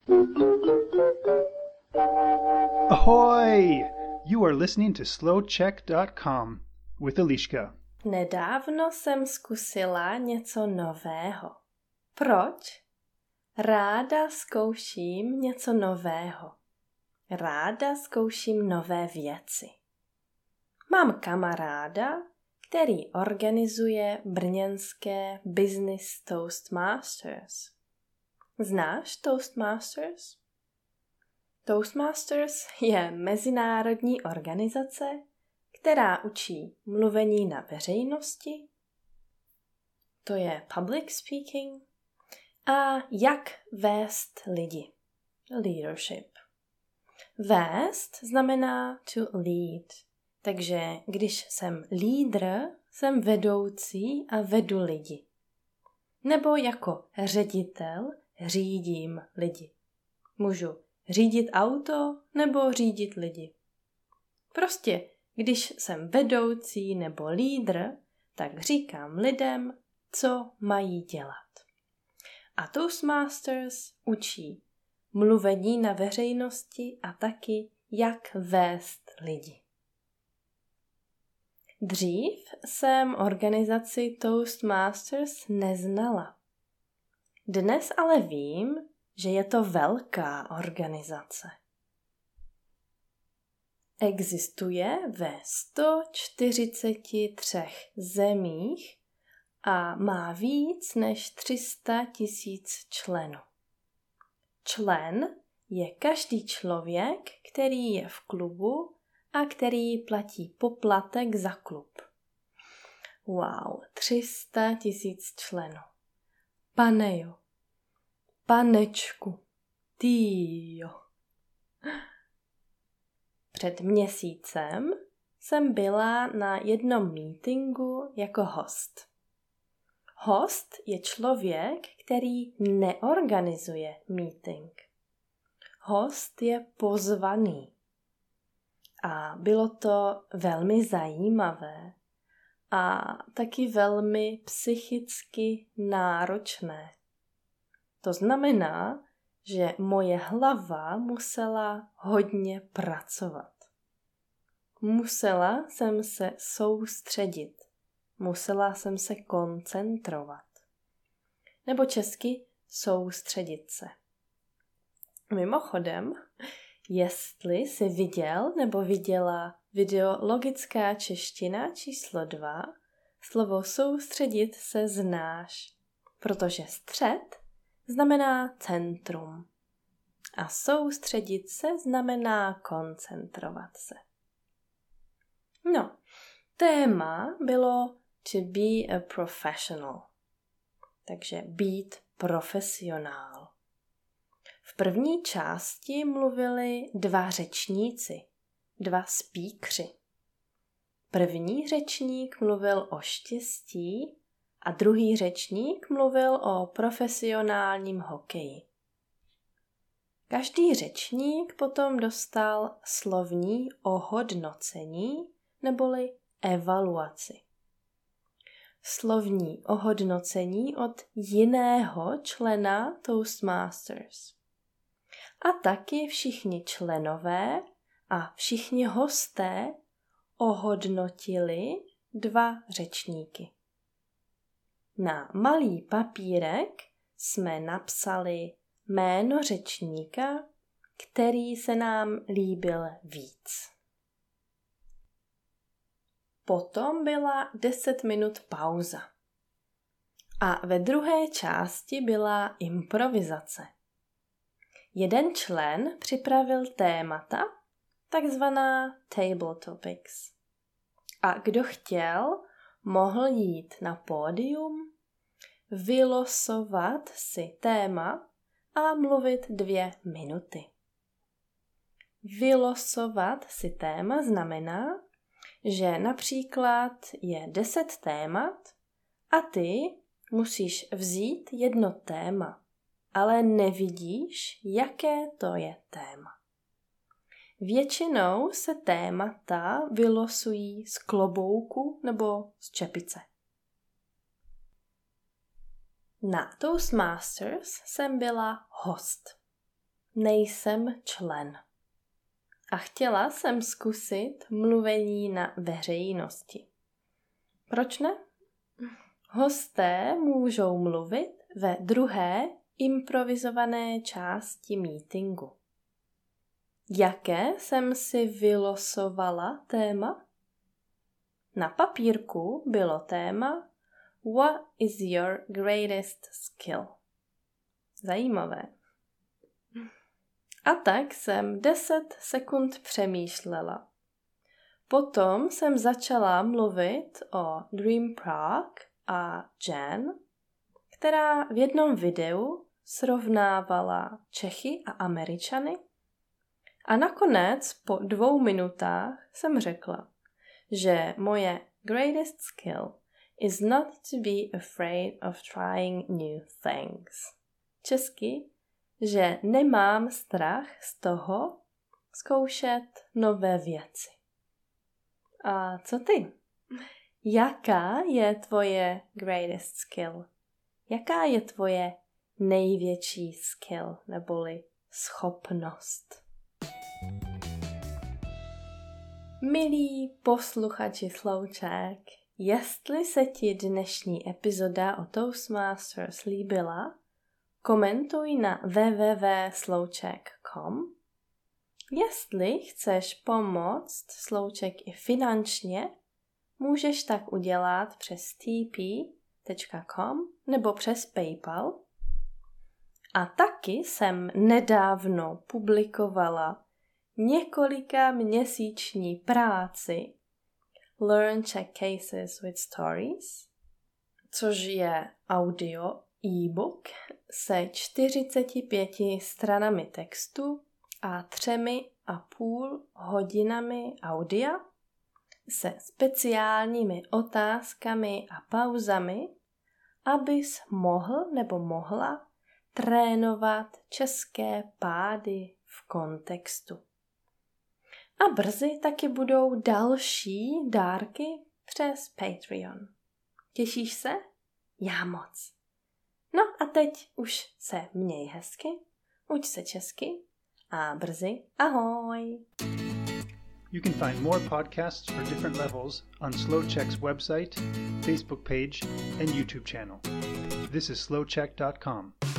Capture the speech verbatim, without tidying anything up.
Ahoy! You are listening to slow czech dot com with Eliška. Nedávno jsem zkusila něco nového. Proč? Ráda zkouším něco nového. Ráda zkouším nové věci. Mám kamaráda, který organizuje brněnské Business Toastmasters. Znáš Toastmasters? Toastmasters je mezinárodní organizace, která učí mluvení na veřejnosti, to je public speaking, a jak vést lidi, leadership. Vést znamená to lead, takže když jsem lídr, jsem vedoucí a vedu lidi. Nebo jako ředitel řídím lidi. Můžu řídit auto nebo řídit lidi. Prostě, když jsem vedoucí nebo lídr, tak říkám lidem, co mají dělat. A Toastmasters učí mluvení na veřejnosti a taky, jak vést lidi. Dřív jsem organizaci Toastmasters neznala. Dnes ale vím, že je to velká organizace. Existuje ve sto čtyřiceti třech zemích a má víc než tři sta tisíc členů. Člen je každý člověk, který je v klubu a který platí poplatek za klub. Wow, tři sta tisíc členů. Panejo, panečku, týjo. Před měsícem jsem byla na jednom meetingu jako host. Host je člověk, který neorganizuje meeting. Host je pozvaný. A bylo to velmi zajímavé a taky velmi psychicky náročné. To znamená, že moje hlava musela hodně pracovat. Musela jsem se soustředit. Musela jsem se koncentrovat. Nebo česky soustředit se. Mimochodem, jestli jsi viděl nebo viděla video Logická čeština číslo dva, slovo soustředit se znáš, protože střed znamená centrum a soustředit se znamená koncentrovat se. No, téma bylo to be a professional, takže být profesionál. V první části mluvili dva řečníci, dva speakři. První řečník mluvil o štěstí a druhý řečník mluvil o profesionálním hokeji. Každý řečník potom dostal slovní ohodnocení neboli evaluaci. Slovní ohodnocení od jiného člena Toastmasters. A taky všichni členové a všichni hosté ohodnotili dva řečníky. Na malý papírek jsme napsali jméno řečníka, který se nám líbil víc. Potom byla deset minut pauza. A ve druhé části byla improvizace. Jeden člen připravil témata, takzvaná table topics. A kdo chtěl, mohl jít na pódium, vylosovat si téma a mluvit dvě minuty. Vylosovat si téma znamená, že například je deset témat a ty musíš vzít jedno téma, ale nevidíš, jaké to je téma. Většinou se témata vylosují z klobouku nebo z čepice. Na Toastmasters jsem byla host. nejsem člen. A chtěla jsem zkusit mluvení na veřejnosti. Proč ne? Hosté můžou mluvit ve druhé improvizované části meetingu. Jaké jsem si vylosovala téma? Na papírku bylo téma What is your greatest skill? Zajímavé. A tak jsem deset sekund přemýšlela. Potom jsem začala mluvit o Dream Prague a Jen, která v jednom videu srovnávala Čechy a Američany. A nakonec po dvou minutách jsem řekla, že moje greatest skill is not to be afraid of trying new things. Česky, že nemám strach z toho zkoušet nové věci. A co ty? Jaká je tvoje greatest skill? Jaká je tvoje největší skill neboli schopnost? Milí posluchači Slouček, jestli se ti dnešní epizoda o Toastmasters líbila, komentuj na w w w tečka slouček tečka com. Jestli chceš pomoct Slouček i finančně, můžeš tak udělat přes t p tečka com nebo přes PayPal. A taky jsem nedávno publikovala několika měsíční práci Learn Czech Cases with Stories, což je audio e-book se čtyřiceti pěti stranami textu a třemi a půl hodinami audia se speciálními otázkami a pauzami, abys mohl nebo mohla trénovat české pády v kontextu. A brzy taky budou další dárky přes Patreon. Těšíš se? Já moc. No a teď už se měj hezky, uč se česky a brzy ahoj! You can find more podcasts for different levels on SlowCheck's website, Facebook page, and YouTube channel. This is slowcheck dot com.